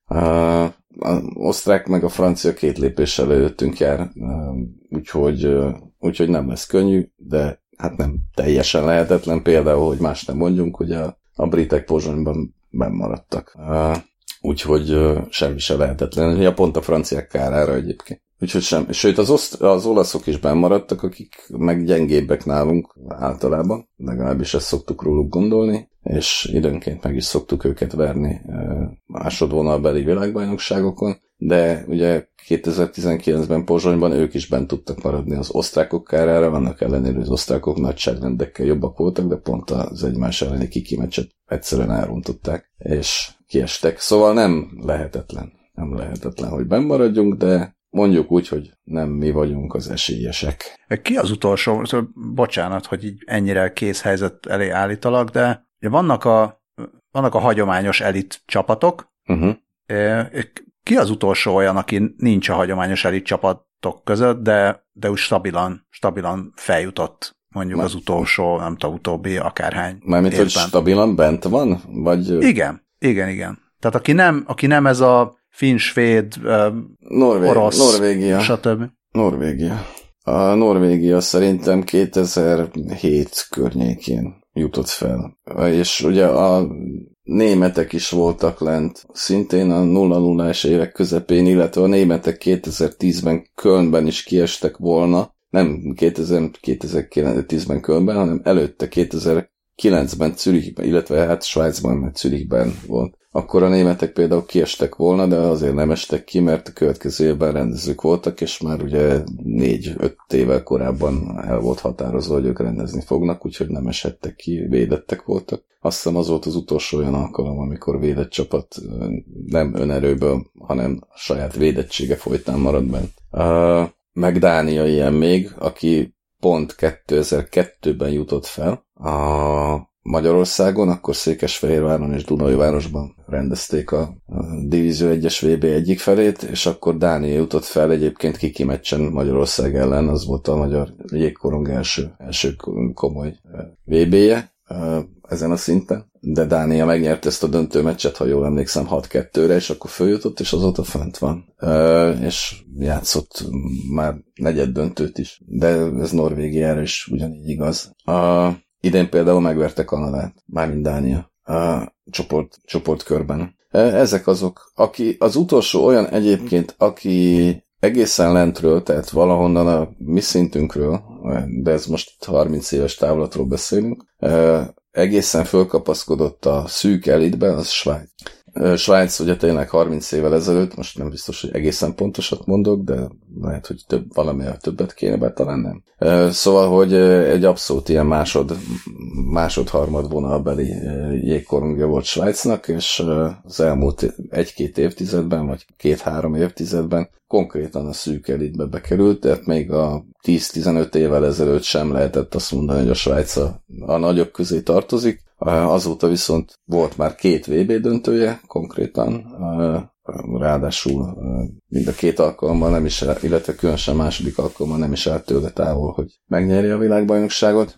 Az osztrák meg a francia két lépéssel előttünk jár, úgyhogy, úgyhogy nem lesz könnyű, de hát nem teljesen lehetetlen, például, hogy más nem mondjunk, hogy a, a britek Pozsonyban benn maradtak. Úgyhogy semmi se lehetetlen. Ja, pont a franciák kárára egyébként. Úgyhogy semmi. Sőt, az, oszt- az olaszok is benn maradtak, akik meg gyengébbek nálunk általában. Legalábbis ezt szoktuk róluk gondolni, és időnként meg is szoktuk őket verni másodvonalbeli világbajnokságokon. De ugye kétezer-tizenkilencben Pozsonyban ők is benn tudtak maradni az osztrákok kárára, vannak ellenére, hogy az osztrákok nagyságrendekkel jobbak voltak, de pont az egymás elleni kikimeccset egyszerűen elrontották, és kiestek. Szóval nem lehetetlen. Nem lehetetlen, hogy benn maradjunk, de mondjuk úgy, hogy nem mi vagyunk az esélyesek.
Ki az utolsó, bocsánat, hogy így ennyire kész helyzet elé állítalak, de vannak a, vannak a hagyományos elit csapatok. Uh-huh. Ki az utolsó olyan, aki nincs a hagyományos elit csapatok között, de, de úgy stabilan, stabilan feljutott mondjuk Na. az utolsó, nem tudom, utóbbi akárhány
Mármint, hogy stabilan bent van? Vagy...
Igen, igen, igen. Tehát aki nem, aki nem ez a finn, svéd, Norvég, orosz,
Norvégia.
stb.
Norvégia. A Norvégia szerintem kétezer-hét környékén jutott fel. És ugye a németek is voltak lent, szintén a nulla nullás évek közepén, illetve a németek kétezer-tízben Kölnben is kiestek volna, nem kétezer-tízben Kölnben, hanem előtte kétezer-kilencben Zürichben, illetve hát Svájcban, mert Zürichben volt. Akkor a németek például kiestek volna, de azért nem estek ki, mert a következő évben rendezők voltak, és már ugye négy-öt évvel korábban el volt határozva, hogy ők rendezni fognak, úgyhogy nem esettek ki, védettek voltak. Azt hiszem az volt az utolsó olyan alkalom, amikor védett csapat nem önerőből, hanem saját védettsége folytán maradt bent. Uh, meg Dánia ilyen még, aki pont kétezer-kettőben jutott fel a Magyarországon, akkor Székesfehérváron és Dunajvárosban rendezték a Divízió egyes vé bé egyik felét, és akkor Dánia jutott fel egyébként kiki meccsen Magyarország ellen, az volt a magyar jégkorong első, első komoly vé béje ezen a szinten, de Dánia megnyerte ezt a döntő meccset, ha jól emlékszem, hat kettőre, és akkor följutott, és azóta fönt van. És játszott már negyed döntőt is, de ez Norvégiára is ugyanígy igaz. A Idén például megverte Kanadát, mármint Dánia, a csoport, csoportkörben. Ezek azok, aki az utolsó olyan egyébként, aki egészen lentről, tehát valahonnan a mi szintünkről, de ez most harminc éves távlatról beszélünk, egészen fölkapaszkodott a szűk elitbe, az Svájc. Svájc ugye tényleg harminc évvel ezelőtt, most nem biztos, hogy egészen pontosat mondok, de lehet, hogy több, valamivel többet kéne, bár talán nem. Szóval, hogy egy abszolút ilyen másod, másod-harmad vonalbeli jégkorongja volt Svájcnak, és az elmúlt egy-két évtizedben, vagy két-három évtizedben konkrétan a szűk elitbe bekerült, tehát még a tíz-tizenöt évvel ezelőtt sem lehetett azt mondani, hogy a Svájc a, a nagyok közé tartozik. Azóta viszont volt már két vé bé döntője konkrétan, ráadásul mind a két alkalommal nem is, illetve különösen második alkalommal nem is állt tőle távol, hogy megnyerje a világbajnokságot,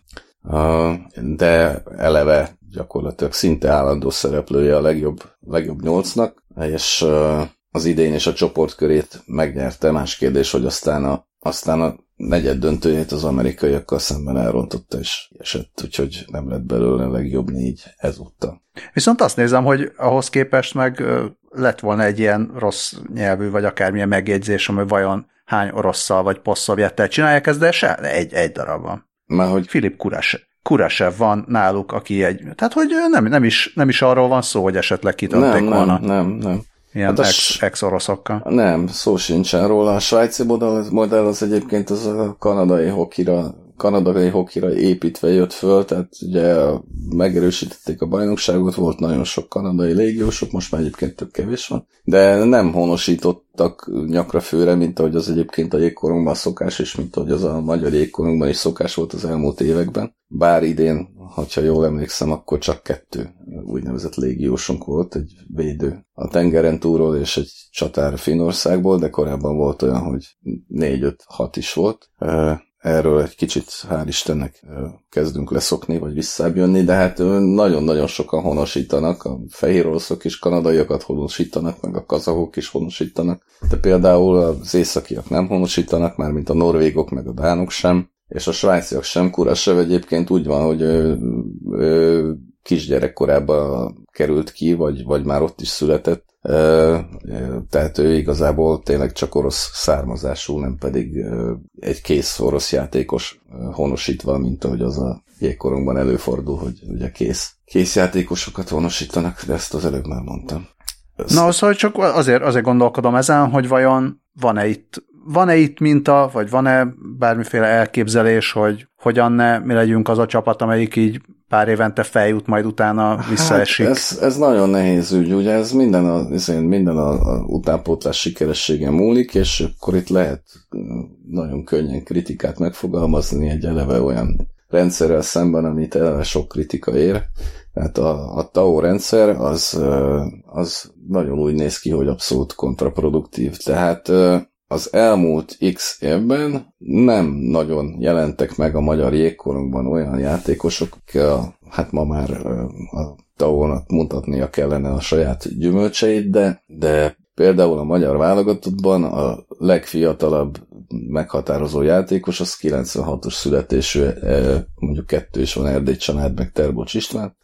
de eleve gyakorlatilag szinte állandó szereplője a legjobb, legjobb nyolcnak, és az idén is a csoportkörét megnyerte. Más kérdés, hogy aztán a, aztán a negyed döntőjét az amerikaiakkal szemben elrontotta és esett, úgyhogy nem lett belőle a legjobb négy ezúttal.
Viszont azt nézem, hogy ahhoz képest meg lett volna egy ilyen rossz nyelvű, vagy akármilyen megjegyzés, hogy vajon hány orosszal vagy posztszovjettel csinálják ezt, de se egy, egy darab van.
Már hogy...
Filip Kurasev. Kurasev van náluk, aki egy... Tehát, hogy nem, nem, is, nem is arról van szó, hogy esetleg kitönték volna.
Nem, nem, nem.
Ilyen hát ex, ex-oroszokkal.
Nem, szó sincsen róla. A svájci modell, modell az egyébként az a kanadai hokira, kanadai hokira építve jött föl, tehát ugye megerősítették a bajnokságot, volt nagyon sok kanadai légiósok, most már egyébként több kevés van, de nem honosítottak nyakra főre, mint ahogy az egyébként a jégkorongban szokás, és mint ahogy az a magyar jégkorongban is szokás volt az elmúlt években. Bár idén, ha jól emlékszem, akkor csak kettő úgynevezett légiósunk volt, egy védő a tengeren túlról és egy csatár Finnországból, de korábban volt olyan, hogy négy, öt, hat is volt. Erről egy kicsit, hál' Istennek kezdünk leszokni, vagy visszább jönni, de hát nagyon-nagyon sokan honosítanak, a fehér oroszok is kanadaiakat honosítanak, meg a kazahok is honosítanak, de például az északiak nem honosítanak, már mint a norvégok, meg a dánok sem, és a svájciak sem. Kurashev egyébként úgy van, hogy ő, ő kisgyerekkorában került ki, vagy, vagy már ott is született, tehát ő igazából tényleg csak orosz származású, nem pedig egy kész orosz játékos honosítva, mint ahogy az a jégkorongban előfordul, hogy ugye kész, kész játékosokat honosítanak, de ezt az előbb már mondtam. Ezt...
Na, szóval csak azért, azért gondolkodom ezen, hogy vajon van-e itt van-e itt minta, vagy van-e bármiféle elképzelés, hogy hogyan ne mi legyünk az a csapat, amelyik így pár évente feljut, majd utána visszaesik.
Hát ez, ez nagyon nehéz ügy, ugye ez minden a, minden a, a utánpótlás sikerességen múlik, és akkor itt lehet nagyon könnyen kritikát megfogalmazni egy eleve olyan rendszerrel szemben, amit eleve sok kritika ér. Tehát a, a té á o rendszer az, az nagyon úgy néz ki, hogy abszolút kontraproduktív. Tehát az elmúlt X évben nem nagyon jelentek meg a magyar jégkorongban olyan játékosok, akik a, hát ma már a té á o-nak mutatnia kellene a saját gyümölcseit, de, de például a magyar válogatottban a legfiatalabb meghatározó játékos az kilencvenhatos születésű, mondjuk kettő is van, Erdély Csanád, meg Terbocs István,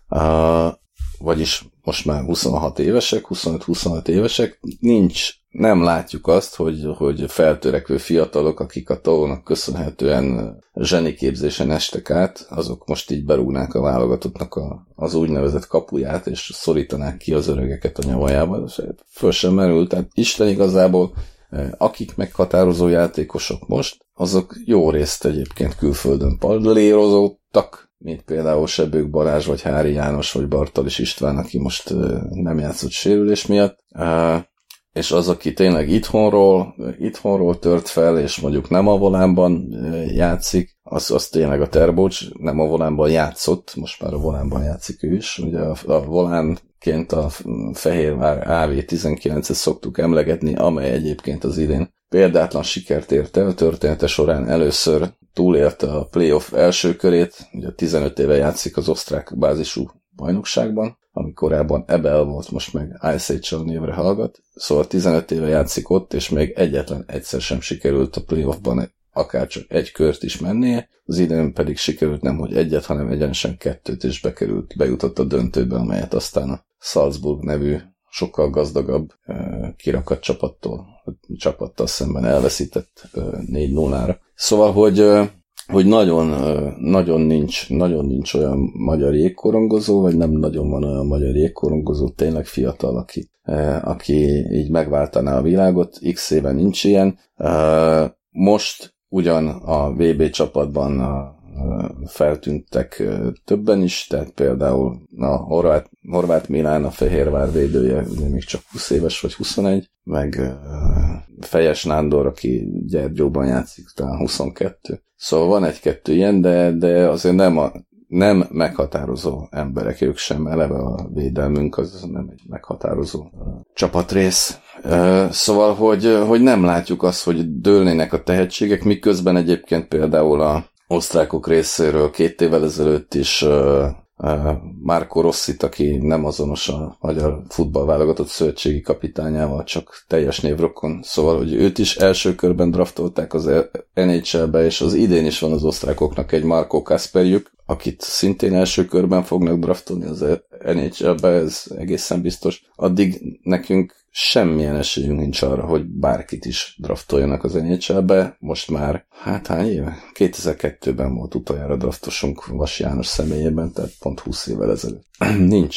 vagyis most már huszonhat évesek, huszonöt-huszonhat évesek, nincs, nem látjuk azt, hogy, hogy feltörekvő fiatalok, akik a té á o-nak köszönhetően zseniképzésen estek át, azok most így berúgnák a válogatottnak a, az úgynevezett kapuját, és szorítanák ki az öregeket a nyavajába. Föl sem merült, tehát Isten igazából, akik meghatározó játékosok most, azok jó részt egyébként külföldön padlérozódtak, mint például Sebők Balázs, vagy Hári János, vagy Bartalis István, aki most nem játszott sérülés miatt. És az, aki tényleg itthonról, itthonról tört fel, és mondjuk nem a Volánban játszik, az, az tényleg a Terbocs, nem a Volánban játszott, most már a Volánban játszik ő is. Ugye a, a Volánként a Fehérvár á vé tizenkilencet szoktuk emlegetni, amely egyébként az idén példátlan sikert ért el, a története során először túlélte a playoff első körét, ugye tizenöt éve játszik az osztrák bázisú bajnokságban, ami korábban é bé el volt, most meg Ice Age névre hallgat, szóval tizenöt éve játszik ott, és még egyetlen egyszer sem sikerült a playoffban akárcsak egy kört is mennie, az idén pedig sikerült nem, hogy egyet, hanem egyenesen kettőt, és bekerült, bejutott a döntőbe, amelyet aztán a Salzburg nevű, sokkal gazdagabb kirakat csapattól, csapattal szemben elveszített négy nullára. Szóval, hogy hogy nagyon, nagyon, nincs, nagyon nincs olyan magyar jégkorongozó, vagy nem nagyon van olyan magyar jégkorongozó, tényleg fiatal, aki, aki így megváltaná a világot. X éve nincs ilyen. Most ugyan a vé bé csapatban feltűntek többen is, tehát például a Horváth, Horváth Milán, a Fehérvár védője, ugye még csak húsz éves vagy huszonegy, meg Fejes Nándor, aki Gyergyóban játszik, talán huszonkettő. Szóval van egy-kettő ilyen, de, de azért nem, a, nem meghatározó emberek, ők sem, eleve a védelmünk az nem egy meghatározó csapatrész. Szóval, hogy, hogy nem látjuk azt, hogy dőlnének a tehetségek, miközben egyébként például a osztrákok részéről két évvel ezelőtt is Marco Rossit, aki nem azonos a magyar futballválogatott szövetségi kapitányával, csak teljes névrokon. Szóval, hogy őt is első körben draftolták az en há el-be, és az idén is van az osztrákoknak egy Marco Kasperjuk, akit szintén első körben fognak draftolni az en há el-be, ez egészen biztos. Addig nekünk semmilyen esélyünk nincs arra, hogy bárkit is draftoljanak az en há el-be. Most már, hát hány éve? kétezer-kettőben volt utoljára draftosunk Vas János személyében, tehát pont húsz évvel ezelőtt. Nincs.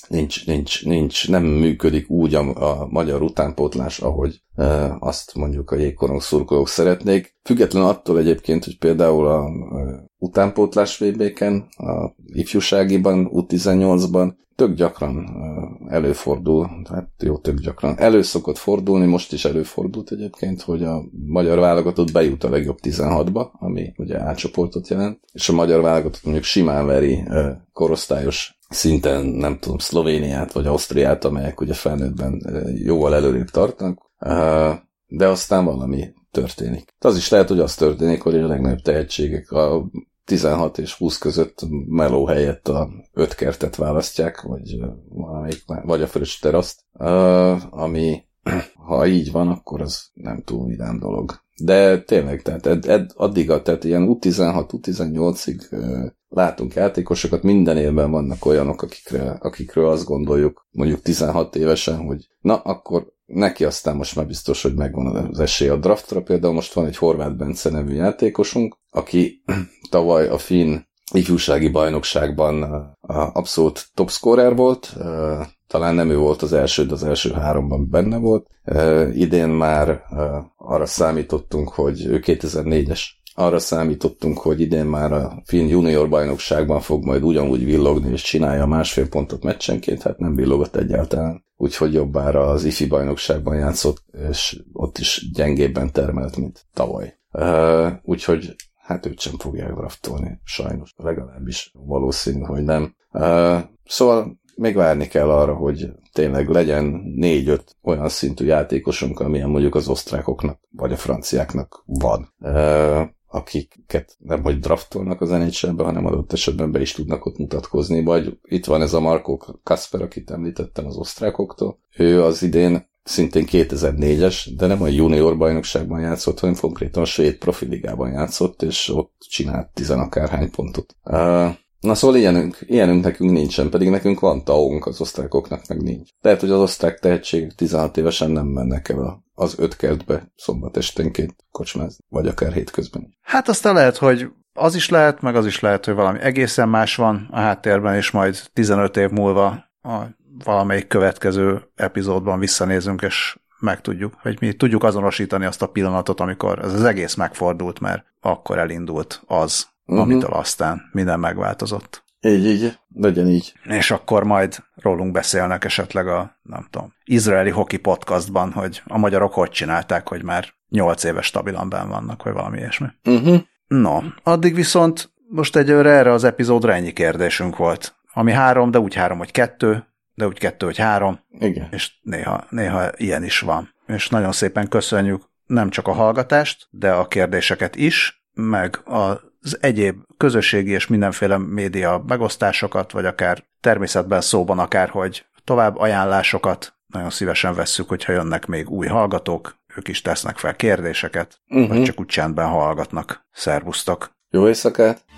nincs, nincs, nincs, nem működik úgy a, a magyar utánpótlás, ahogy e, azt mondjuk a jégkorong szurkolók szeretnék. Független attól egyébként, hogy például a e, utánpótlás vé bé-ken, a ifjúságiban, u tizennyolcban tök gyakran e, előfordul, hát jó, tök gyakran, elő szokott fordulni, most is előfordult egyébként, hogy a magyar válogatott bejut a legjobb tizenhatba, ami ugye átcsoportot jelent, és a magyar válogatott mondjuk simán veri e, korosztályos szinten, nem tudom, Szlovéniát vagy Ausztriát, amelyek ugye felnőttben jóval előrébb tartanak, de aztán valami történik. Az is lehet, hogy az történik, hogy a legnagyobb tehetségek a tizenhat és húsz között meló helyett a öt kertet választják, vagy, valamelyik, vagy a fröccs teraszt, ami ha így van, akkor az nem túl vidám dolog. De tényleg, tehát ed, ed, addig, a, tehát ilyen u tizenhat u tizennyolcig látunk játékosokat, minden évben vannak olyanok, akikre, akikről azt gondoljuk, mondjuk tizenhat évesen, hogy na, akkor neki aztán most már biztos, hogy megvan az esély a draftra. Például most van egy Horváth Bence nevű játékosunk, aki tavaly a finn ifjúsági bajnokságban abszolút topscorer volt, talán nem ő volt az első, de az első háromban benne volt. Idén már arra számítottunk, hogy ő kétezer-négyes, arra számítottunk, hogy idén már a finn junior bajnokságban fog majd ugyanúgy villogni, és csinálja másfél pontot meccsenként, hát nem villogott egyáltalán. Úgyhogy jobbára az ifi bajnokságban játszott, és ott is gyengébben termelt, mint tavaly. Úgyhogy hát őt sem fogják draftolni, sajnos. Legalábbis valószínű, hogy nem. Szóval még várni kell arra, hogy tényleg legyen négy-öt olyan szintű játékosunk, amilyen mondjuk az osztrákoknak, vagy a franciáknak van, akiket nem hogy draftolnak az en há el-be, hanem adott esetben be is tudnak ott mutatkozni, vagy itt van ez a Marco Kasper, akit említettem az osztrákoktól. Ő az idén szintén kétezer-négyes, de nem a junior bajnokságban játszott, hanem konkrétan a svéd profiligában játszott, és ott csinált tizenakárhány pontot. Na szóval ilyenünk, ilyenünk nekünk nincsen, pedig nekünk van taunk, az osztrákoknak meg nincs. Lehet, hogy az osztrák tehetségek tizenhat évesen nem mennek el a, az öt kertbe szombat esténként kocsmázni, vagy akár hétközben.
Hát aztán lehet, hogy az is lehet, meg az is lehet, hogy valami egészen más van a háttérben, és majd tizenöt év múlva a valamelyik következő epizódban visszanézünk, és megtudjuk, hogy mi tudjuk azonosítani azt a pillanatot, amikor ez az egész megfordult, mert akkor elindult az, uh-huh. amitől aztán minden megváltozott.
Így, így, legyen így.
És akkor majd rólunk beszélnek esetleg a, nem tudom, izraeli hoki podcastban, hogy a magyarok hogy csinálták, hogy már nyolc éves stabilan benn vannak, vagy valami ilyesmi.
Uh-huh.
No, addig viszont most egyőre erre az epizódra ennyi kérdésünk volt. Ami három, de úgy három, hogy kettő, de úgy kettő, hogy három.
Igen.
És néha, néha ilyen is van. És nagyon szépen köszönjük nem csak a hallgatást, de a kérdéseket is, meg az egyéb közösségi és mindenféle média megosztásokat, vagy akár természetben szóban akár, hogy tovább ajánlásokat nagyon szívesen vesszük, hogyha jönnek még új hallgatók, ők is tesznek fel kérdéseket, uh-huh. vagy csak úgy csendben hallgatnak. Szervusztok!
Jó éjszakát!